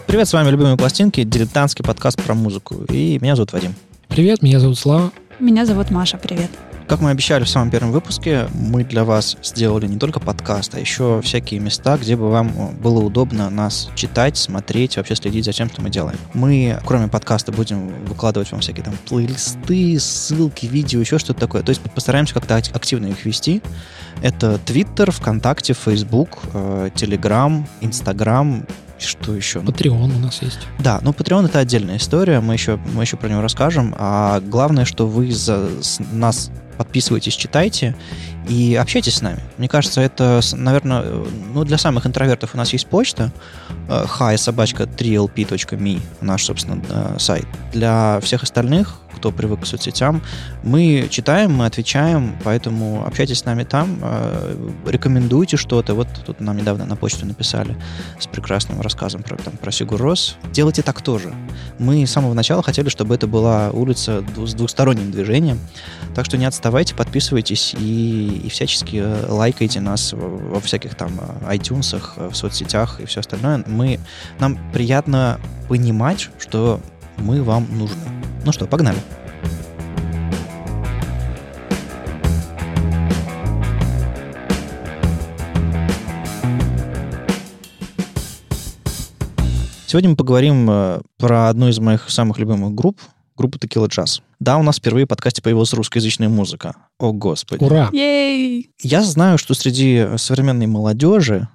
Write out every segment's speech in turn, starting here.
Привет, с вами «Любимые пластинки», дилетантский подкаст про музыку. И меня зовут Вадим. Привет, меня зовут Слава. Меня зовут Маша, привет. Как мы обещали в самом первом выпуске, мы для вас сделали не только подкаст, а еще всякие места, где бы вам было удобно нас читать, смотреть, вообще следить за тем, что мы делаем. Мы, кроме подкаста, будем выкладывать вам всякие там плейлисты, ссылки, видео, еще что-то такое. То есть постараемся как-то активно их вести. Это Twitter, ВКонтакте, Facebook, Telegram, Instagram. Что еще? Patreon у нас есть. Да, но Patreon — это отдельная история, мы еще про него расскажем. А главное, что вы нас подписывайтесь, читайте и общайтесь с нами. Мне кажется, это, наверное, для самых интровертов у нас есть почта hi@3lp.me, наш, собственно, сайт. Для всех остальных, кто привык к соцсетям, мы читаем, мы отвечаем, поэтому общайтесь с нами там, рекомендуйте что-то. Вот тут нам недавно на почту написали с прекрасным рассказом про Сигур Рос. Делайте так тоже. Мы с самого начала хотели, чтобы это была улица с двухсторонним движением, так что не отставайте, подписывайтесь и всячески лайкайте нас во всяких там iTunes, в соцсетях и все остальное. Нам приятно понимать, что мы вам нужны. Ну что, погнали. Сегодня мы поговорим про одну из моих самых любимых группу Tequila Jazz. Да, у нас впервые в подкасте появилась русскоязычная музыка. О, Господи. Ура! Ей! Я знаю, что среди современной молодежи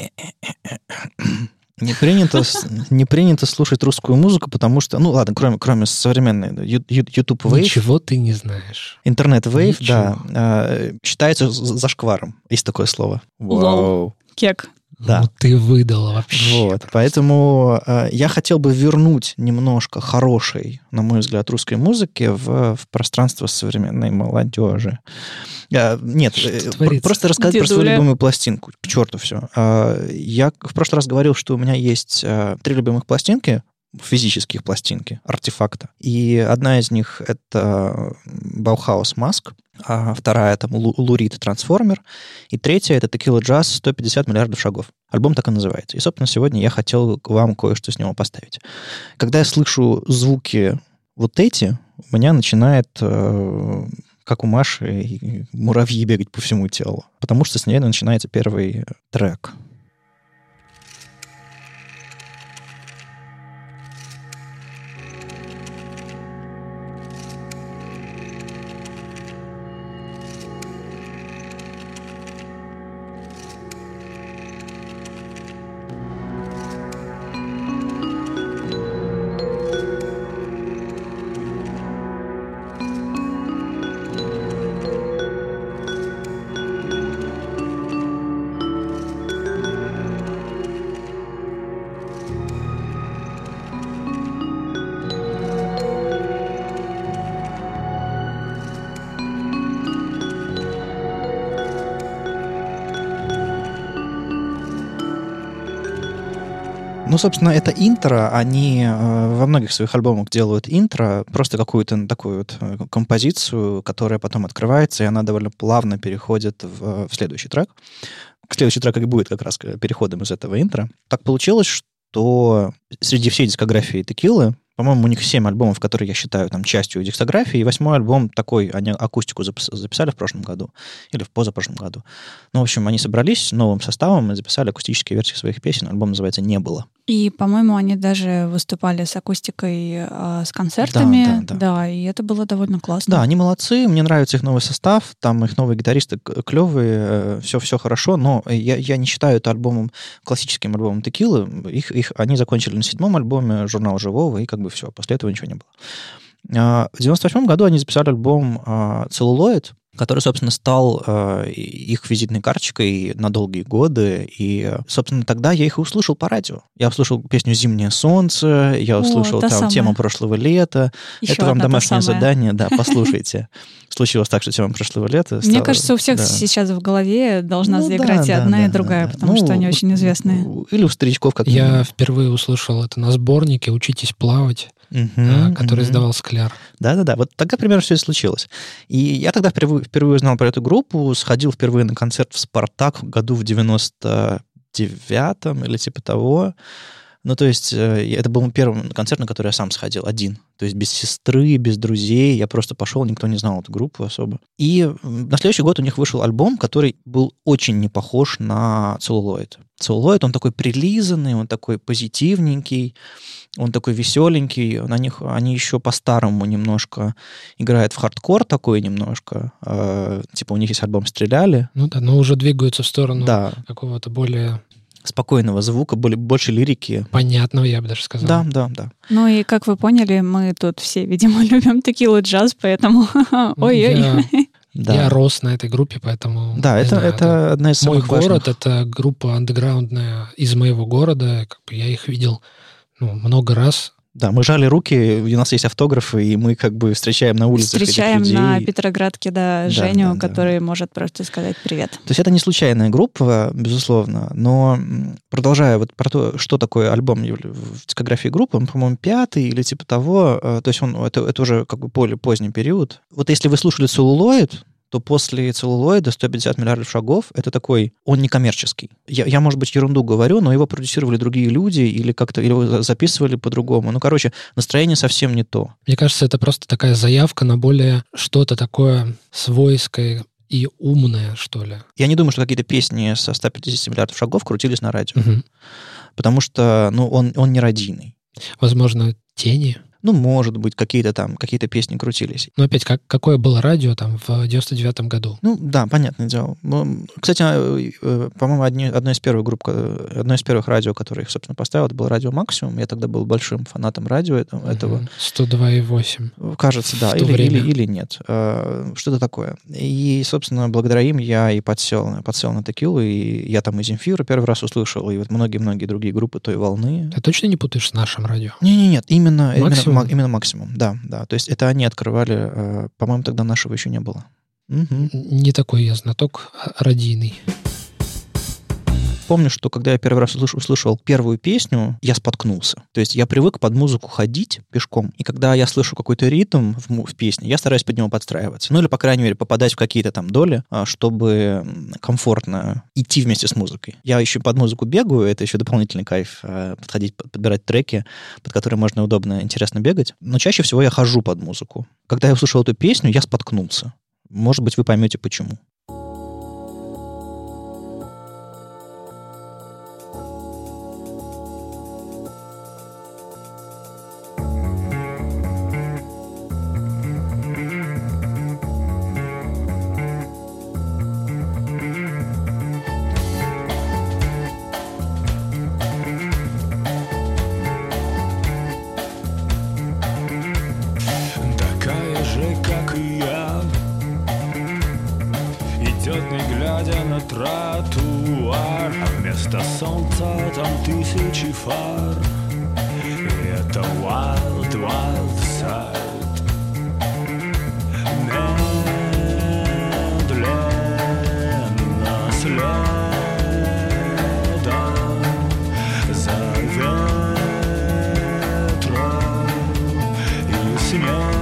не принято слушать русскую музыку, потому что, кроме современной, YouTube Wave. Ничего ты не знаешь. Интернет Wave, да, считается зашкваром. Есть такое слово. Вау. Кек. Да. Ну, ты выдала вообще. Вот, поэтому я хотел бы вернуть немножко хорошей, на мой взгляд, русской музыки в пространство современной молодежи. Нет, просто рассказать про свою любимую пластинку. К черту все. Я в прошлый раз говорил, что у меня есть 3 любимых пластинки, физических пластинки, артефакта. И одна из них — это Bauhaus Mask, а вторая — это Lou Reed Transformer, и третья — это Tequila Jazz 150 миллиардов шагов. Альбом так и называется. И, собственно, сегодня я хотел вам кое-что с него поставить. Когда я слышу звуки вот эти, у меня начинает, как у Маши, муравьи бегать по всему телу, потому что с ней начинается первый трек. Собственно, это интро. Они во многих своих альбомах делают интро, просто какую-то такую вот композицию, которая потом открывается, и она довольно плавно переходит в следующий трек. Следующий трек и будет как раз переходом из этого интро. Так получилось, что среди всей дискографии Текилы, по-моему, у них 7 альбомов, которые я считаю там частью дискографии, и 8-й альбом такой, они акустику записали в прошлом году, или в позапрошлом году. В общем, они собрались с новым составом и записали акустические версии своих песен. Альбом называется «Не было». И, по-моему, они даже выступали с акустикой, с концертами. Да, и это было довольно классно. Да, они молодцы, мне нравится их новый состав, там их новые гитаристы клевые, все хорошо, но я не считаю это классическим альбомом Текилы. Они закончили на 7-м альбоме «Журнал живого», и как бы все, после этого ничего не было. В 98 году они записали альбом «Целлулоид», который, собственно, стал их визитной карточкой на долгие годы. И, собственно, тогда я их и услышал по радио. Я услышал песню «Зимнее солнце», я услышал там тему прошлого лета. Еще это вам домашнее задание, да, послушайте. Случилось так, что тема прошлого лета. Мне кажется, у всех сейчас в голове должна заиграть и одна, и другая, потому что они очень известные. Или у старичков как-то. Я впервые услышал это на сборнике «Учитесь плавать». который издавал «Скляр». Да-да-да, вот тогда примерно все и случилось. И я тогда впервые узнал про эту группу, сходил впервые на концерт в «Спартак» году в 99-м или типа того. Ну, то есть, это был первый концерт, на который я сам сходил один. То есть без сестры, без друзей. Я просто пошел, никто не знал эту группу особо. И на следующий год у них вышел альбом, который был очень не похож на «Целлулоид». «Целлулоид», он такой прилизанный, он такой позитивненький, он такой веселенький. Они еще по-старому немножко играют в хардкор такой немножко. Типа у них есть альбом «Стреляли». Ну да, но уже двигаются в сторону какого-то более... спокойного звука, больше лирики. Понятного, я бы даже сказал. Да. Ну и, как вы поняли, мы тут все, видимо, любим текилу джаз, поэтому... Ой-ой. Я рос на этой группе, поэтому... Да, это одна из самых важных. Мой город — это группа андеграундная из моего города. Я их видел много раз. Да, мы жали руки, у нас есть автографы, и мы как бы встречаем на улицах встречаем этих людей. На Петроградке, Женю, который может просто сказать привет. То есть это не случайная группа, безусловно, но продолжая вот про то, что такое альбом в дискографии группы, он, по-моему, 5-й или типа того, то есть это уже как бы более поздний период. Вот если вы слушали «Целлулоид», то после «Целлулоида» 150 миллиардов шагов — это такой, он не коммерческий. Я, может быть, ерунду говорю, но его продюсировали другие люди или как-то его записывали по-другому. Ну, короче, настроение совсем не то. Мне кажется, это просто такая заявка на более что-то такое свойское и умное, что ли. Я не думаю, что какие-то песни со 150 миллиардов шагов крутились на радио. Потому что, он не радийный. Возможно, «Тени». Ну, может быть, какие-то песни крутились. Но опять, какое было радио там в 99-м году? Ну, да, понятное дело. Кстати, по-моему, одной из первых радио, которое их, собственно, поставил, это было радио «Максимум». Я тогда был большим фанатом радио этого. 102,8. Кажется, да. Или нет. Что-то такое. И, собственно, благодаря им я и подсел на текилу, и я там и Земфиру первый раз услышал, и вот многие-многие другие группы той волны. Ты точно не путаешь с нашим радио? Нет, именно «Максимум», да. То есть это они открывали, по-моему, тогда нашего еще не было. Не такой я знаток радийный. Помню, что когда я первый раз услышал первую песню, я споткнулся. То есть я привык под музыку ходить пешком, и когда я слышу какой-то ритм в песне, я стараюсь под него подстраиваться. Ну или, по крайней мере, попадать в какие-то там доли, чтобы комфортно идти вместе с музыкой. Я еще под музыку бегаю, это еще дополнительный кайф, подбирать треки, под которые можно удобно, интересно бегать. Но чаще всего я хожу под музыку. Когда я услышал эту песню, я споткнулся. Может быть, вы поймете, почему. Тротуар, а вместо солнца там тысячи фар. И это wild, wild side. Медленно следом за ветром и снегом.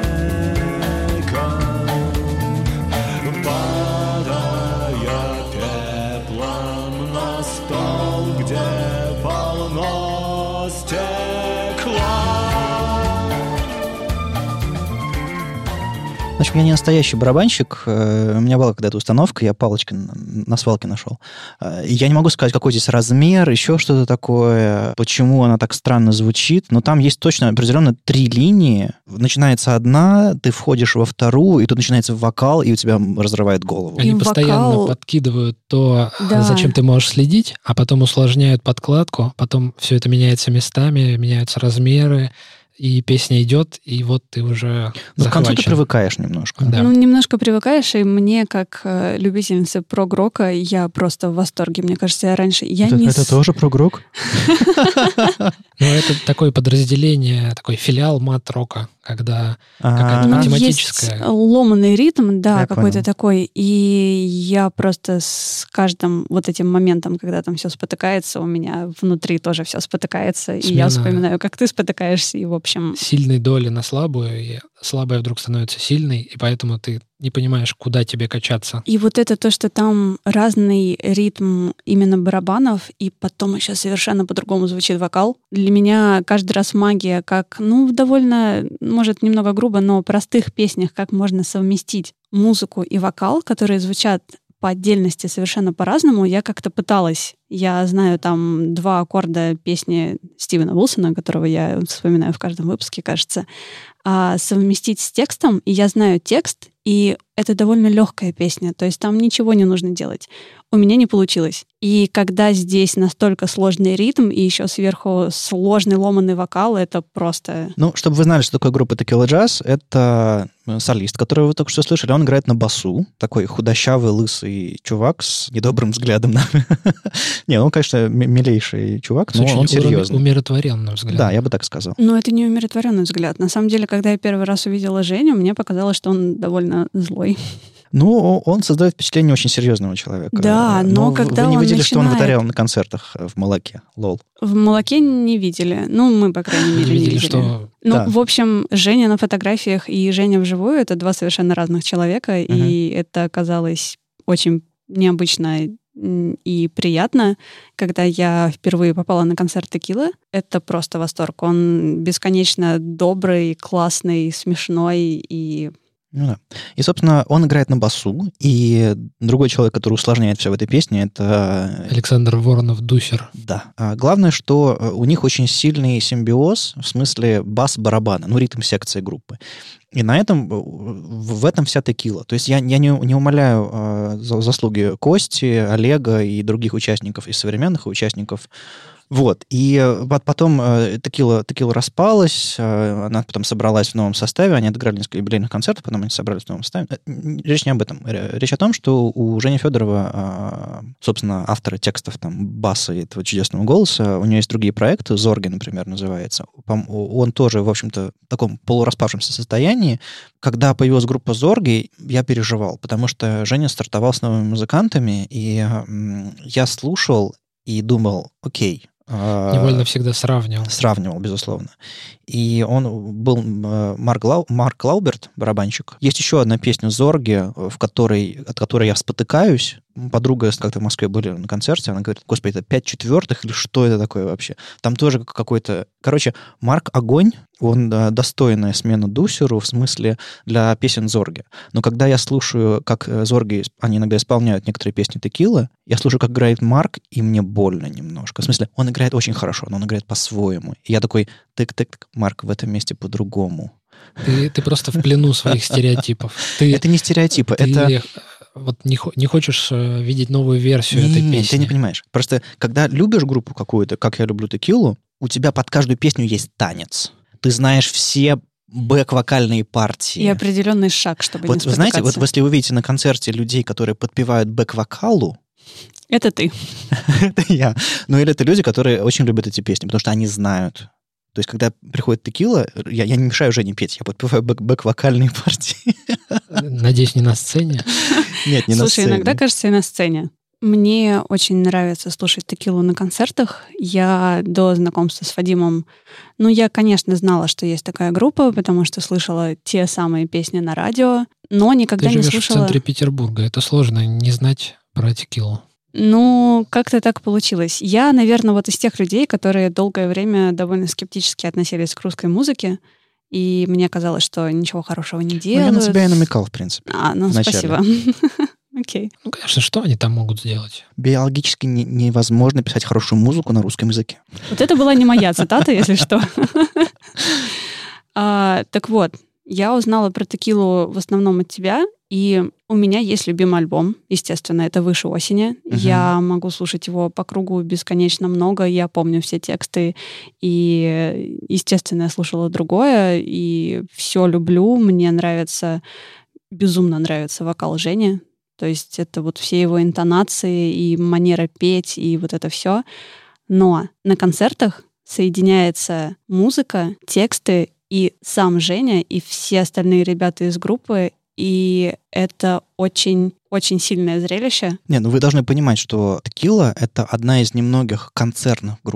В общем, я не настоящий барабанщик. У меня была когда-то установка, я палочкой на свалке нашел. Я не могу сказать, какой здесь размер, еще что-то такое, почему она так странно звучит, но там есть точно определенно 3 линии. Начинается одна, ты входишь во вторую, и тут начинается вокал, и у тебя разрывает голову. Они постоянно подкидывают то, зачем ты можешь следить, а потом усложняют подкладку, потом все это меняется местами, меняются размеры, и песня идет, и вот ты уже захвачен. К концу ты привыкаешь немножко. Да. Немножко привыкаешь, и мне, как любительнице прог-рока, я просто в восторге. Мне кажется, я раньше... Это тоже прог-рок? Ну, это такое подразделение, такой филиал мат-рока, когда какая-то математическая... Есть ломаный ритм, какой-то такой, и я просто с каждым вот этим моментом, когда там все спотыкается, у меня внутри тоже все спотыкается, и я вспоминаю, как ты спотыкаешься, и, в общем, общем... Сильной доли на слабую, и слабая вдруг становится сильной, и поэтому ты не понимаешь, куда тебе качаться. И вот это то, что там разный ритм именно барабанов, и потом еще совершенно по-другому звучит вокал. Для меня каждый раз магия, как, в довольно, может, немного грубо, но простых песнях, как можно совместить музыку и вокал, которые звучат по отдельности совершенно по-разному. Я как-то пыталась. Я знаю там 2 аккорда песни Стивена Уилсона, которого я вспоминаю в каждом выпуске, кажется, совместить с текстом. И я знаю текст, и это довольно легкая песня, то есть там ничего не нужно делать. У меня не получилось. И когда здесь настолько сложный ритм, и еще сверху сложный ломаный вокал, это просто... Чтобы вы знали, что такое группа Tequila Jazz, это солист, которого вы только что слышали, он играет на басу, такой худощавый, лысый чувак с недобрым взглядом. Не, он, конечно, милейший чувак, но он серьезный. Умиротворенный взгляд. Да, я бы так сказал. Но это не умиротворенный взгляд. На самом деле, когда я первый раз увидела Женю, мне показалось, что он довольно злой. Он создает впечатление очень серьезного человека. Да, но когда вы не он видели, начинает... что он вытворял на концертах в «Молоке»? Лол. В «Молоке» не видели. Мы, по крайней мере, не видели. Что... В общем, Женя на фотографиях и Женя вживую — это 2 совершенно разных человека, и это оказалось очень необычно и приятно, когда я впервые попала на концерт Текилы. Это просто восторг. Он бесконечно добрый, классный, смешной и... И, собственно, он играет на басу, и другой человек, который усложняет все в этой песне, это... Александр Воронов-Дусер. Да. Главное, что у них очень сильный симбиоз, в смысле бас-барабана, ритм-секции группы. И в этом вся Текила. То есть я не умаляю заслуги Кости, Олега и других участников, и современных участников. И потом Текила распалась, она потом собралась в новом составе, они отыграли несколько юбилейных концертов, потом они собрались в новом составе. Речь не об этом. Речь о том, что у Жени Федорова, собственно, автора текстов баса и этого чудесного голоса, у нее есть другие проекты, «Зорги», например, называется. Он тоже, в общем-то, в таком полураспавшемся состоянии. Когда появилась группа «Зорги», я переживал, потому что Женя стартовал с новыми музыкантами, и я слушал и думал, окей. Невольно всегда сравнивал. Сравнивал, безусловно. И он был Марк Лауберт, барабанщик. Есть еще одна песня «Зорги», от которой я спотыкаюсь. Подруга как-то в Москве были на концерте, она говорит, господи, это 5/4 или что это такое вообще? Там тоже какой-то... Короче, Марк огонь, он достойная смена Дусеру, в смысле для песен Зорги. Но когда я слушаю, как Зорги, они иногда исполняют некоторые песни Текилы, я слушаю, как играет Марк, и мне больно немножко. В смысле, он играет очень хорошо, но он играет по-своему. И я такой, тык-тык, Марк, в этом месте по-другому. Ты просто в плену своих стереотипов. Это не стереотипы, это... не хочешь видеть новую версию этой песни. Ты не понимаешь. Просто когда любишь группу какую-то, как я люблю Текилу, у тебя под каждую песню есть танец. Ты знаешь все бэк-вокальные партии. И определенный шаг, чтобы не спотыкаться. Вы знаете, если вы видите на концерте людей, которые подпевают бэк-вокалу, это ты. Это я. Или это люди, которые очень любят эти песни, потому что они знают. То есть, когда приходит Текила, я не мешаю Жене петь, я подпеваю бэк-вокальные партии. Надеюсь, не на сцене? Нет, не на сцене. Слушай, иногда, кажется, и на сцене. Мне очень нравится слушать Текилу на концертах. Я до знакомства с Вадимом, я, конечно, знала, что есть такая группа, потому что слышала те самые песни на радио, но никогда не слушала... Ты живешь в центре Петербурга, это сложно не знать про Текилу. Как-то так получилось. Я, наверное, из тех людей, которые долгое время довольно скептически относились к русской музыке, и мне казалось, что ничего хорошего не делают. Я на тебя и намекал, в принципе. Спасибо. Окей. Конечно, что они там могут сделать? Биологически невозможно писать хорошую музыку на русском языке. Вот это была не моя цитата, если что. Так вот, я узнала про Текилу в основном от тебя, и у меня есть любимый альбом, естественно, это «Выше осени». Я могу слушать его по кругу бесконечно много, я помню все тексты, и, естественно, я слушала другое, и все люблю, мне безумно нравится вокал Жени, то есть это все его интонации и манера петь, и вот это все. Но на концертах соединяется музыка, тексты и сам Женя, и все остальные ребята из группы, и это очень-очень сильное зрелище. Вы должны понимать, что Текила — это одна из немногих концертных групп.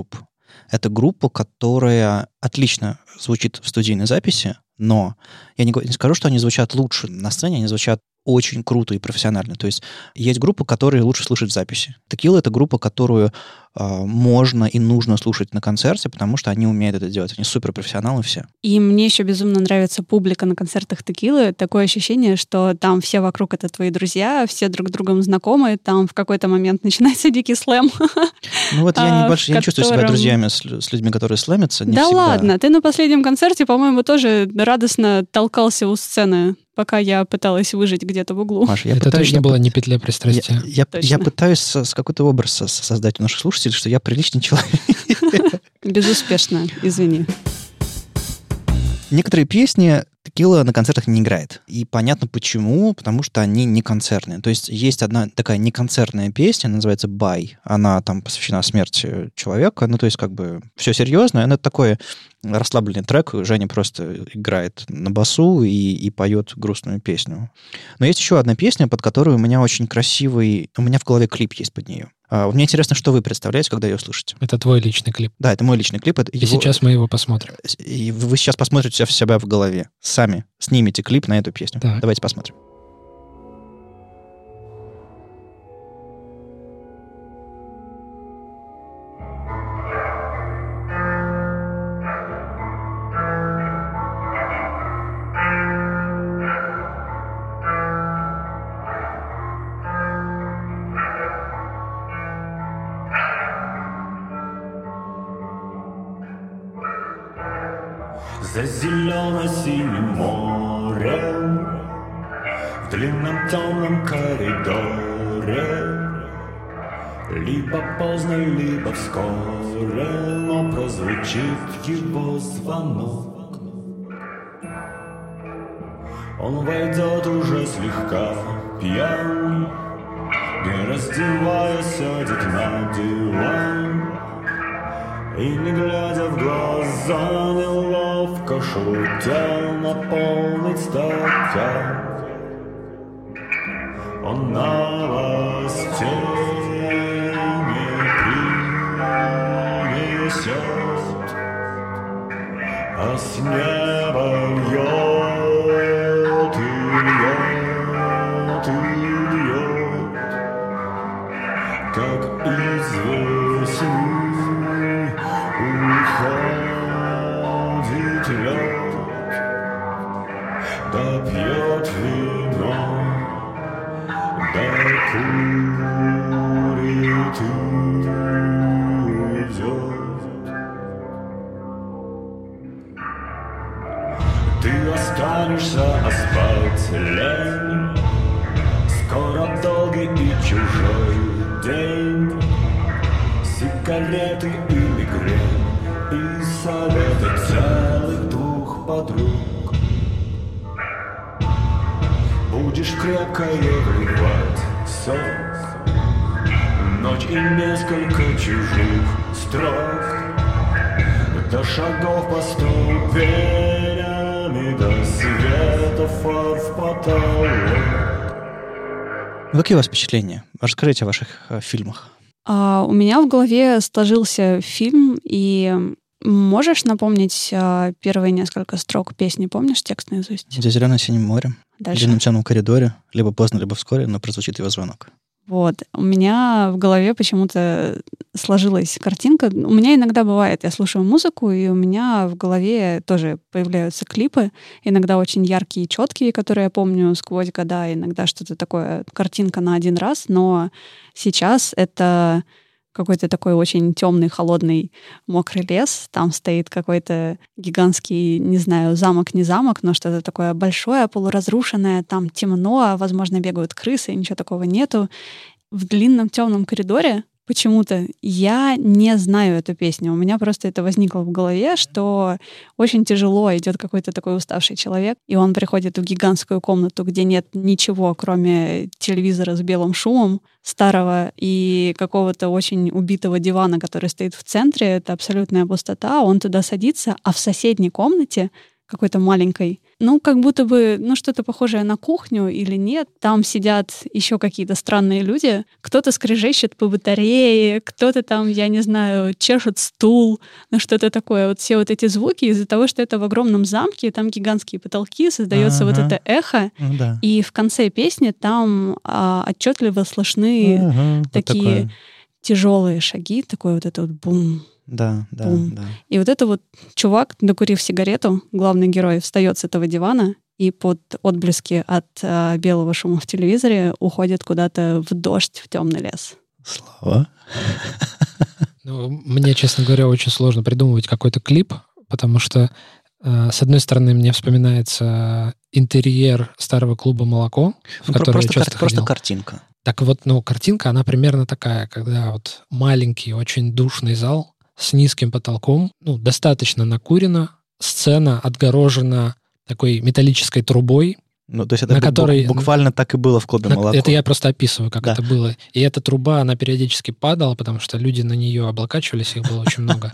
Это группа, которая отлично звучит в студийной записи, но я не скажу, что они звучат лучше на сцене, они звучат очень круто и профессионально. То есть есть группы, которые лучше слушать в записи. Текила — это группа, которую можно и нужно слушать на концерте, потому что они умеют это делать. Они суперпрофессионалы все. И мне еще безумно нравится публика на концертах Текилы. Такое ощущение, что там все вокруг — это твои друзья, все друг с другом знакомы. Там в какой-то момент начинается дикий слэм. Ну вот я не чувствую себя друзьями с людьми, которые слэмятся. Да ладно, ты на последнем концерте, по-моему, тоже радостно толкался у сцены, пока я пыталась выжить где-то в углу. Маша, это точно была не петля пристрастия. Я пытаюсь с какой-то образ создать у наших слушателей, что я приличный человек. Безуспешно, извини. Некоторые песни Текила на концертах не играет. И понятно почему, потому что они не концертные. То есть есть одна такая неконцертная песня, называется «Бай». Она там посвящена смерти человека. Ну, то есть как бы все серьезно. Она такой расслабленный трек. Женя просто играет на басу и поет грустную песню. Но есть еще одна песня, под которую у меня очень красивый... У меня в голове клип есть под нее. Мне интересно, что вы представляете, когда ее слышите. Это твой личный клип. Да, это мой личный клип. Сейчас мы его посмотрим. И вы сейчас посмотрите себя в голове. Сами снимите клип на эту песню. Так. Давайте посмотрим. За зелено-синим морем, в длинном темном коридоре, либо поздно, либо вскоре, но прозвучит его звонок. Он войдет уже слегка пьян, не раздеваясь, сядет на диван и, не глядя в глаза, неловко шутя, наполнит стакан. Он на вас тени принесет, а с неба льет и льет и льет, как из весны уходит лед, да пьет вино, да курит и уйдет. Ты останешься, а спать лень, скоро долгий и чужой день, сигареты или грень, и советы целых двух подруг. Будешь крепко вливать сок, ночь и несколько чужих строк, до шагов по ступеням и до светофор в потолок. Какие у вас впечатления? Расскажите о ваших фильмах. У меня в голове сложился фильм, и можешь напомнить первые несколько строк песни? Помнишь текст наизусть? «За зелено-синим морем, в длинном темном коридоре, либо поздно, либо вскоре, но прозвучит его звонок». Вот. У меня в голове почему-то сложилась картинка. У меня иногда бывает, я слушаю музыку, и у меня в голове тоже появляются клипы, иногда очень яркие и четкие, которые я помню сквозь года, иногда что-то такое, картинка на один раз, но сейчас это какой-то такой очень темный, холодный, мокрый лес. Там стоит какой-то гигантский, не знаю, замок, не замок, но что-то такое большое, полуразрушенное. Там темно, возможно, бегают крысы, ничего такого нету. В длинном темном коридоре почему-то я не знаю эту песню. У меня просто это возникло в голове, что очень тяжело идет какой-то такой уставший человек, и он приходит в гигантскую комнату, где нет ничего, кроме телевизора с белым шумом, старого, и какого-то очень убитого дивана, который стоит в центре. Это абсолютная пустота. Он туда садится, а в соседней комнате какой-то маленькой. Ну, как будто бы, что-то похожее на кухню или нет. Там сидят еще какие-то странные люди. Кто-то скрежещет по батарее, кто-то там, я не знаю, чешет стул, что-то такое. Вот все вот эти звуки из-за того, что это в огромном замке, там гигантские потолки, создается вот это эхо. Да. И в конце песни там отчетливо слышны такие вот тяжелые шаги, такой вот это вот бум. Да. И вот это вот чувак, докурив сигарету, главный герой, встает с этого дивана и под отблески от белого шума в телевизоре уходит куда-то в дождь, в темный лес. Слава. Мне, честно говоря, очень сложно придумывать какой-то клип, потому что, с одной стороны, мне вспоминается интерьер старого клуба «Молоко», в который я часто ходил. Просто картинка. Так вот, картинка, она примерно такая, когда вот маленький, очень душный зал с низким потолком, достаточно накурено, сцена отгорожена такой металлической трубой, то есть это буквально так и было в клубе «Молоко». Это я просто описываю, как это было. И эта труба, она периодически падала, потому что люди на нее облокачивались, их было очень много.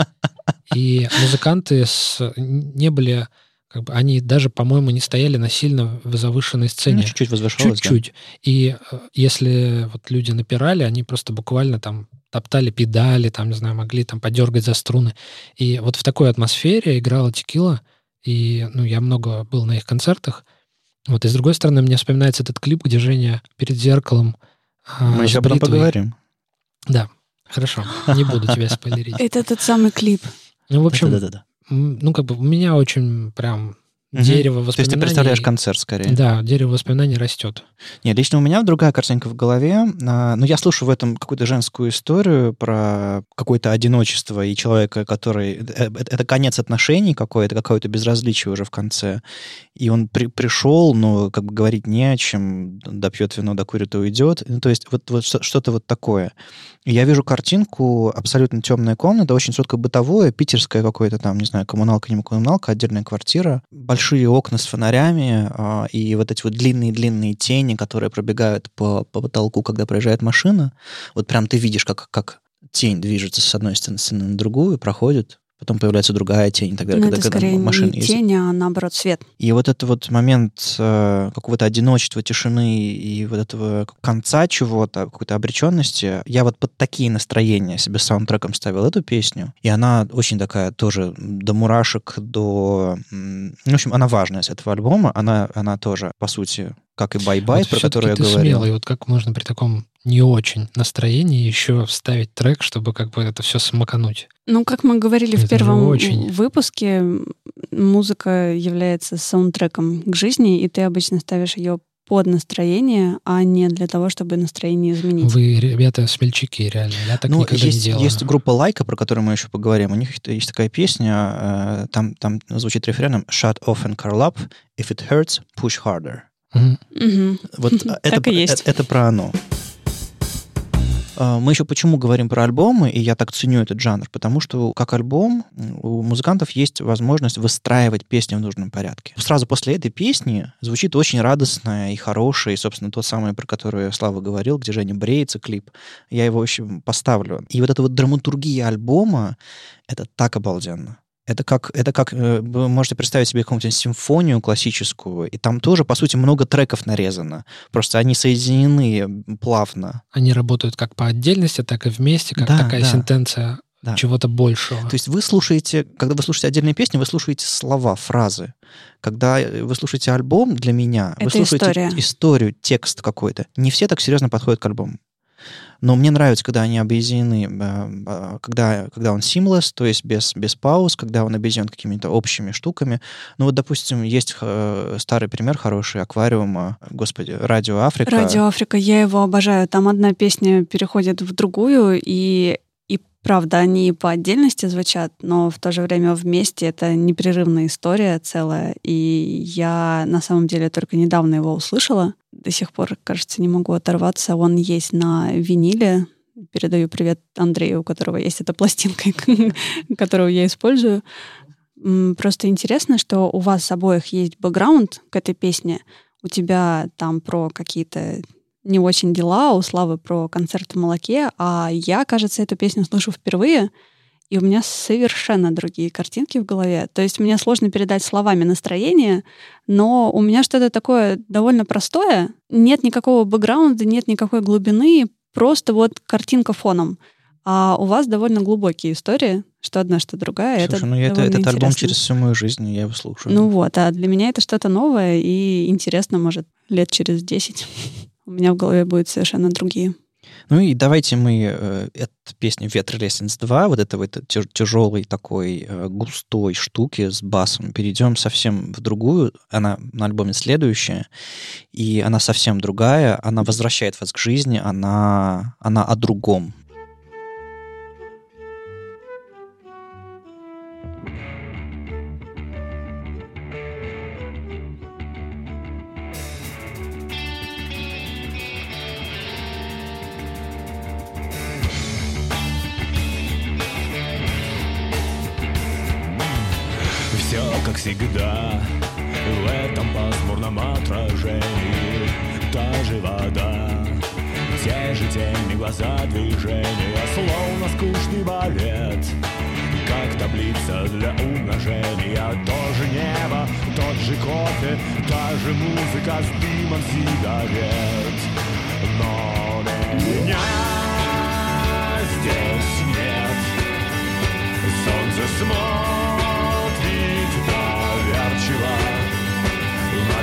И музыканты не были... они даже, по-моему, не стояли на сильно завышенной сцене. Чуть-чуть возвышалось. Чуть-чуть. Да. И если вот люди напирали, они просто буквально там топтали педали, там, не знаю, могли там подергать за струны. И вот в такой атмосфере играла Текила, и я много был на их концертах. Вот, и с другой стороны, мне вспоминается этот клип, где Женя перед зеркалом мы еще об этом поговорим. Да, хорошо. Не буду тебя спойлерить. Это тот самый клип. В общем, да. у меня очень прям дерево воспоминаний... То есть ты представляешь концерт скорее. Да, дерево воспоминаний растет. Нет, лично у меня другая картинка в голове. Я слушаю в этом какую-то женскую историю про какое-то одиночество и человека, который... Это конец отношений какое-то безразличие уже в конце. И он пришел, но говорить не о чем, допьет вино, докурит и уйдет. То есть вот что-то вот такое. И я вижу картинку, абсолютно темная комната, очень четко бытовое, питерское какое-то там, не знаю, коммуналка, не коммуналка, отдельная квартира, большие окна с фонарями и вот эти вот длинные-длинные тени, которые пробегают по потолку, когда проезжает машина. Вот прям ты видишь, как тень движется с одной стороны на другую, проходит, потом появляется другая тень и так далее. Это скорее не тень, а наоборот свет. И вот это вот момент какого-то одиночества, тишины и вот этого конца чего-то, какой-то обреченности, я вот под такие настроения себе саундтреком ставил эту песню. И она очень такая тоже до мурашек, в общем, она важная с этого альбома. Она тоже, по сути, как и «Бай-бай», про который я говорил. Смелый. Вот как можно при таком не очень настроении еще вставить трек, чтобы это все смакануть? Как мы говорили в первом выпуске, музыка является саундтреком к жизни, и ты обычно ставишь ее под настроение, а не для того, чтобы настроение изменить. Вы, ребята, смельчаки, реально. Я так никогда не делал. Есть группа «Лайка», про которую мы еще поговорим. У них есть такая песня, там звучит рефреном «Shut off and curl up. If it hurts, push harder». Вот это про оно. Мы еще почему говорим про альбомы, и я так ценю этот жанр, потому что как альбом у музыкантов есть возможность выстраивать песни в нужном порядке. Сразу после этой песни звучит очень радостная и хорошая, и, собственно, тот самый, про который Слава говорил, где Женя бреется, клип. Я его, в общем, поставлю. И вот эта вот драматургия альбома, это так обалденно. Это как вы можете представить себе какую-нибудь симфонию классическую, и там тоже, по сути, много треков нарезано. Просто они соединены плавно. Они работают как по отдельности, так и вместе, как такая сентенция чего-то большего. То есть когда вы слушаете отдельные песни, вы слушаете слова, фразы. Когда вы слушаете альбом, для меня, вы слушаете историю, текст какой-то. Не все так серьезно подходят к альбому. Но мне нравится, когда они объединены, когда он seamless, то есть без пауз, когда он объединен какими-то общими штуками. Допустим, есть старый пример хороший «Аквариума», «Радио Африка». «Радио Африка», я его обожаю. Там одна песня переходит в другую, и правда, они по отдельности звучат, но в то же время вместе это непрерывная история целая. И я на самом деле только недавно его услышала. До сих пор, кажется, не могу оторваться. Он есть на виниле. Передаю привет Андрею, у которого есть эта пластинка, которую я использую. Просто интересно, что у вас обоих есть бэкграунд к этой песне. У тебя там про какие-то не очень дела, у Славы про концерт в «Молоке», а я, кажется, эту песню слышу впервые. и у меня совершенно другие картинки в голове. То есть мне сложно передать словами настроение, но у меня что-то такое довольно простое. Нет никакого бэкграунда, нет никакой глубины, просто вот картинка фоном. А у вас довольно глубокие истории, что одна, что другая. Слушай, этот альбом через всю мою жизнь, я его слушаю. Ну вот, а для меня это что-то новое и интересно, может, лет через 10 у меня в голове будут совершенно другие. Ну и давайте мы эту песню «Ветролесенс 2», вот этой тяжелой такой густой штуки с басом, перейдем совсем в другую. Она на альбоме следующая, и она совсем другая. Она возвращает вас к жизни, она о другом. Все как всегда в этом пасмурном отражении. Та же вода, те же тени, глаза, движения, словно скучный балет, как таблица для умножения. То же небо, тот же кофе, та же музыка с дымом сигарет. Но меня здесь нет. Солнце смотрит доверчиво на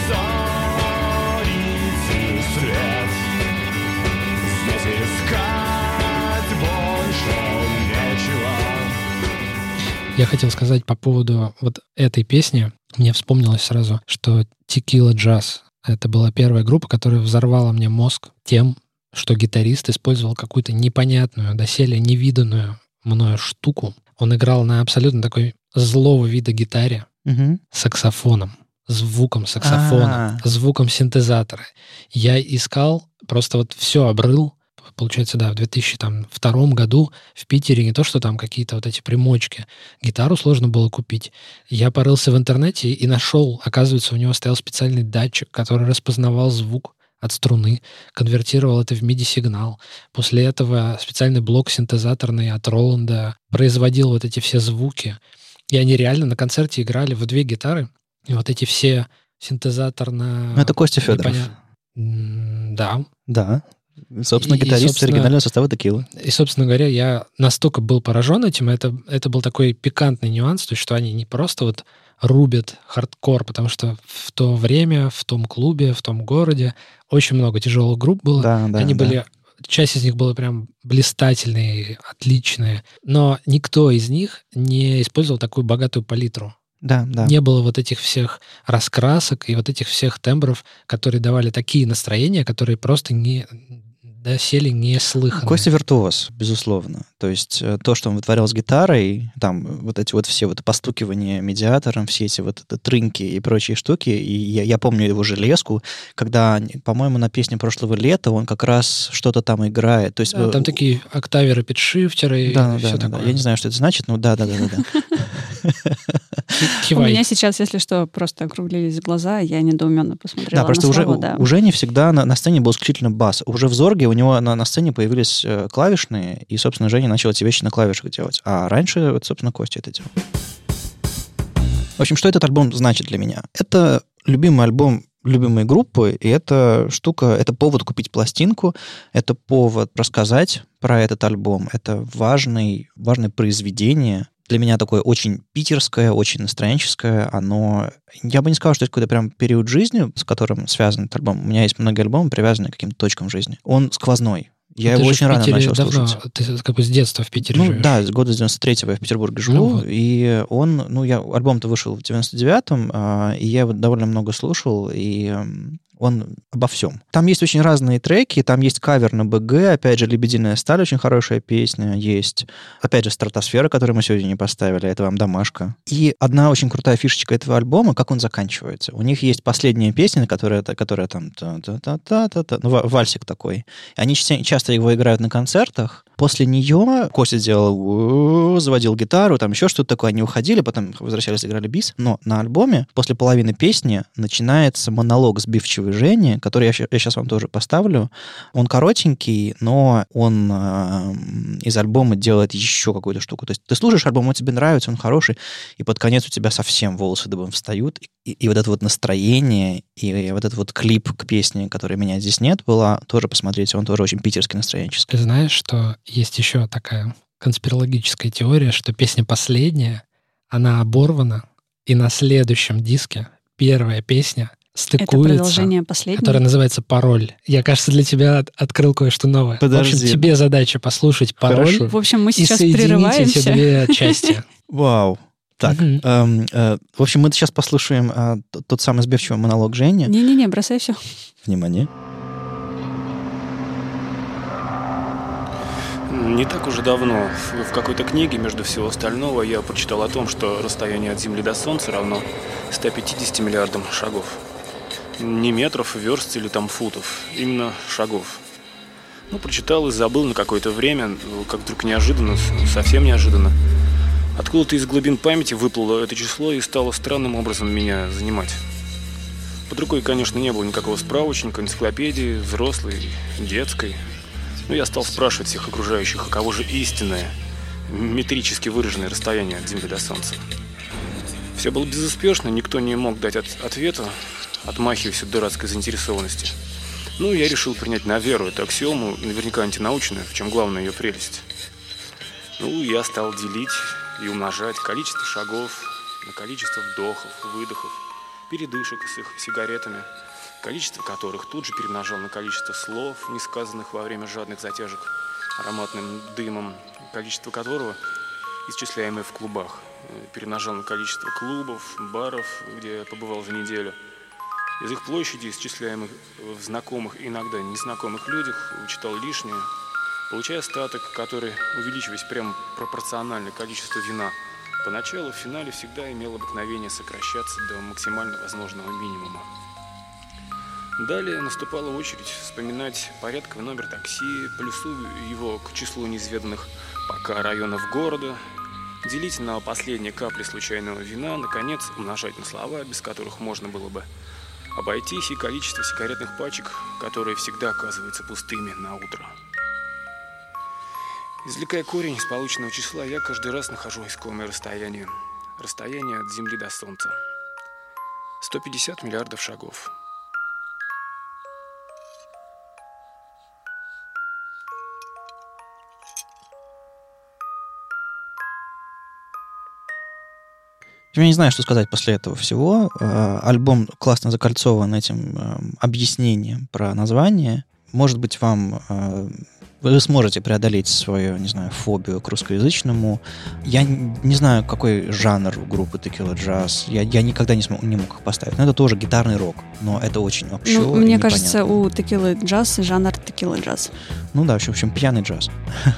бессонницы след. Здесь искать больше нечего. Я хотел сказать по поводу вот этой песни. Мне вспомнилось сразу, что Tequila Jazz — это была первая группа, которая взорвала мне мозг тем, что гитарист использовал какую-то непонятную, доселе невиданную мною штуку. Он играл на абсолютно такой злого вида гитаре, саксофоном, звуком саксофона, звуком синтезатора. Я искал, просто вот все обрыл. Получается, да, в 2002 году в Питере не то, что там какие-то вот эти примочки. Гитару сложно было купить. Я порылся в интернете и нашел, оказывается, у него стоял специальный датчик, который распознавал звук от струны, конвертировал это в MIDI-сигнал. После этого специальный блок синтезаторный от Роланда производил вот эти все звуки. И они реально на концерте играли в две гитары. И вот эти все синтезаторно... Ну, это Костя Федоров. Да. Да. Собственно, гитарист оригинального состава Текилы. И, собственно говоря, я настолько был поражен этим. Это был такой пикантный нюанс, то есть, что они не просто вот рубят хардкор, потому что в то время, в том клубе, в том городе очень много тяжелых групп было. Да, они были... Часть из них была прям блистательные, отличные, но никто из них не использовал такую богатую палитру. Да. Не было вот этих всех раскрасок и вот этих всех тембров, которые давали такие настроения, которые просто доселе не слыханы. Костя виртуоз, безусловно. То есть то, что он вытворял с гитарой, там вот эти вот все вот постукивания медиатором, все эти вот трыньки и прочие штуки, и я помню его железку, когда, по-моему, на песне прошлого лета он как раз что-то там играет. То есть, да, там такие октаверы, питшифтеры и все такое. Я не знаю, что это значит, но да. У меня сейчас, если что, просто округлились глаза, я недоуменно посмотрела на просто уже не всегда на сцене был исключительно бас. Уже в Зорге у него на сцене появились клавишные, и, собственно, Женя начал эти вещи на клавишах делать. А раньше, вот, собственно, Костя это делал. В общем, что этот альбом значит для меня? Это любимый альбом любимой группы, и эта штука, это повод купить пластинку, это повод рассказать про этот альбом. Это важное произведение. Для меня такое очень питерское, очень настроенческое. Оно... Я бы не сказал, что это какой-то прям период жизни, с которым связан этот альбом. У меня есть многие альбомы, привязанные к каким-то точкам в жизни. Он сквозной. Я его очень рано начал слушать. Ты как бы с детства в Питере живешь? Да, с года 93-го я в Петербурге живу. И он... альбом-то вышел в 99-м, и я его довольно много слушал, и... Он обо всем. Там есть очень разные треки, там есть кавер на БГ, опять же, «Лебединая сталь», очень хорошая песня, есть, опять же, «Стратосфера», которую мы сегодня не поставили, это вам домашка. И одна очень крутая фишечка этого альбома, как он заканчивается. У них есть последняя песня, которая там вальсик такой. Они часто его играют на концертах. После нее Костя сделал, заводил гитару, там еще что-то такое, они уходили, потом возвращались, играли бис. Но на альбоме после половины песни начинается монолог сбивчивый движение, который я сейчас вам тоже поставлю. Он коротенький, но он из альбома делает еще какую-то штуку. То есть ты слушаешь альбом, он тебе нравится, он хороший, и под конец у тебя совсем волосы дыбом встают, и вот это вот настроение, и вот этот вот клип к песне, который меня здесь нет, было, тоже посмотрите, он тоже очень питерский, настроенческий. Ты знаешь, что есть еще такая конспирологическая теория, что песня последняя, она оборвана, и на следующем диске первая песня стыкуется. Это продолжение последней? Которая называется «Пароль». Я, кажется, для тебя открыл кое-что новое. Подожди. В общем, тебе задача послушать «Пароль». Хорошо. В общем, мы сейчас и прерываемся. эти две части. Вау. Так, в общем, мы сейчас послушаем тот самый сбивчивый монолог Жени. Не-не-не, бросай все. Внимание. Не так уже давно в какой-то книге, между всего остального, я прочитал о том, что расстояние от Земли до Солнца равно 150 миллиардам шагов. Не метров, верст или там футов, именно шагов. Прочитал и забыл на какое-то время, как вдруг неожиданно, совсем неожиданно. Откуда-то из глубин памяти выплыло это число и стало странным образом меня занимать. Под рукой, конечно, не было никакого справочника, энциклопедии, взрослой, детской. Но я стал спрашивать всех окружающих, а кого же истинное, метрически выраженное расстояние от Земли до Солнца. Все было безуспешно, никто не мог дать ответа, отмахиваясь от дурацкой заинтересованности. Я решил принять на веру эту аксиому, наверняка антинаучную, в чем главная ее прелесть. Я стал делить и умножать количество шагов на количество вдохов, выдохов, передышек с их сигаретами, количество которых тут же перемножал на количество слов, не сказанных во время жадных затяжек ароматным дымом, количество которого, исчисляемое в клубах, перемножал на количество клубов, баров, где я побывал за неделю. Из их площади, исчисляемых в знакомых и иногда незнакомых людях, вычитал лишнее, получая остаток, который, увеличиваясь прямо пропорционально количеству вина, поначалу в финале всегда имел обыкновение сокращаться до максимально возможного минимума. Далее наступала очередь вспоминать порядковый номер такси, плюсую его к числу неизведанных пока районов города, делить на последние капли случайного вина, наконец умножать на слова, без которых можно было бы обойтись, и количество сигаретных пачек, которые всегда оказываются пустыми на утро. Извлекая корень из полученного числа, я каждый раз нахожу искомое расстояние. Расстояние от Земли до Солнца. 150 миллиардов шагов. Я не знаю, что сказать после этого всего. Альбом классно закольцован этим объяснением про название. Может быть, вы сможете преодолеть свою, не знаю, фобию к русскоязычному. Я не знаю, какой жанр у группы Tequila Jazz. Я никогда не мог их поставить. Но это тоже гитарный рок, но это очень общо. Мне кажется, у Tequila Jazz жанр Tequila Jazz. В общем, пьяный джаз.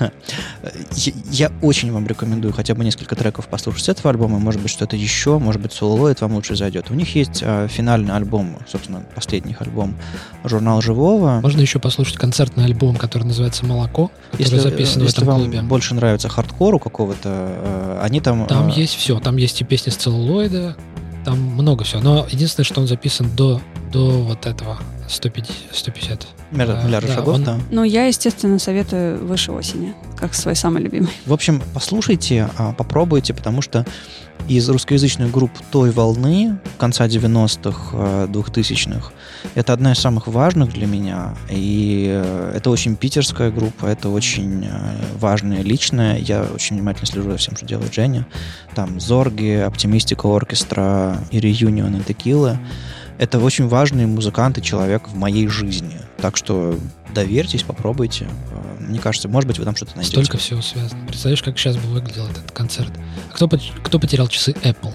Я очень вам рекомендую хотя бы несколько треков послушать с этого альбома. Может быть, что-то еще, может быть, Celluloid вам лучше зайдет. У них есть финальный альбом, собственно, последний альбом «Журнал живого». Можно еще послушать концертный альбом, который называется «Молоко», который записан в этом клубе. Если вам больше нравится хардкору какого-то, они там... Там есть все. Там есть и песни с Celluloid, там много всего. Но единственное, что он записан до вот этого 150 миллиардов шагов, да. Я, естественно, советую «Выше осени», как свой самый любимый. В общем, послушайте, попробуйте, потому что из русскоязычных групп той волны конца 90-х, 2000-х, это одна из самых важных для меня, и это очень питерская группа, это очень важная личная. Я очень внимательно слежу за всем, что делает Женя. Там Зорги, Оптимистика Оркестра и Реюнион и Текила. Это очень важный музыкант и человек в моей жизни. Так что доверьтесь, попробуйте. Мне кажется, может быть, вы там что-то найдете. Столько всего связано. Представляешь, как сейчас бы выглядел этот концерт? Кто потерял часы Apple?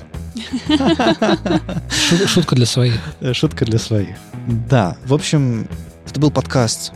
Шутка для своих. Шутка для своих. Да. В общем, это был подкаст.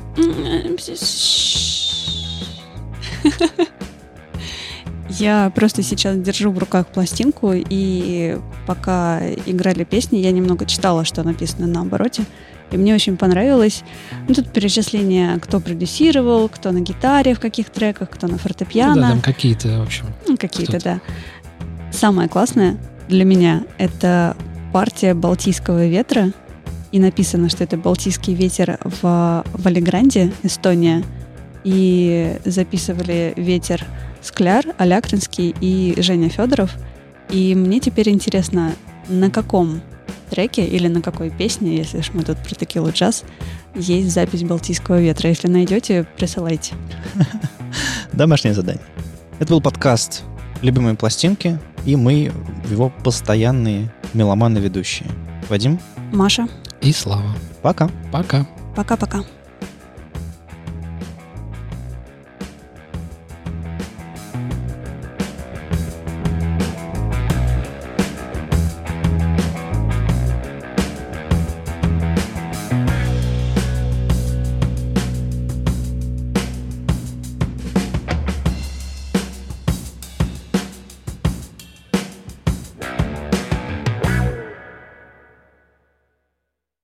Я просто сейчас держу в руках пластинку, и пока играли песни, я немного читала, что написано на обороте, и мне очень понравилось. Тут перечисление, кто продюсировал, кто на гитаре в каких треках, кто на фортепиано. Да, там какие-то, в общем. Какие-то, да. Самое классное для меня — это партия «Балтийского ветра» и написано, что это «Балтийский ветер» в Волгограде, Эстония. И записывали «Ветер» Скляр, Алякринский и Женя Федоров. И мне теперь интересно, на каком треке или на какой песне, если уж мы тут про текилу джаз, есть запись «Балтийского ветра». Если найдете, присылайте. Домашнее задание. Это был подкаст «Любимые пластинки», и мы его постоянные меломаны-ведущие. Вадим, Маша и Слава. Пока. Пока. Пока-пока.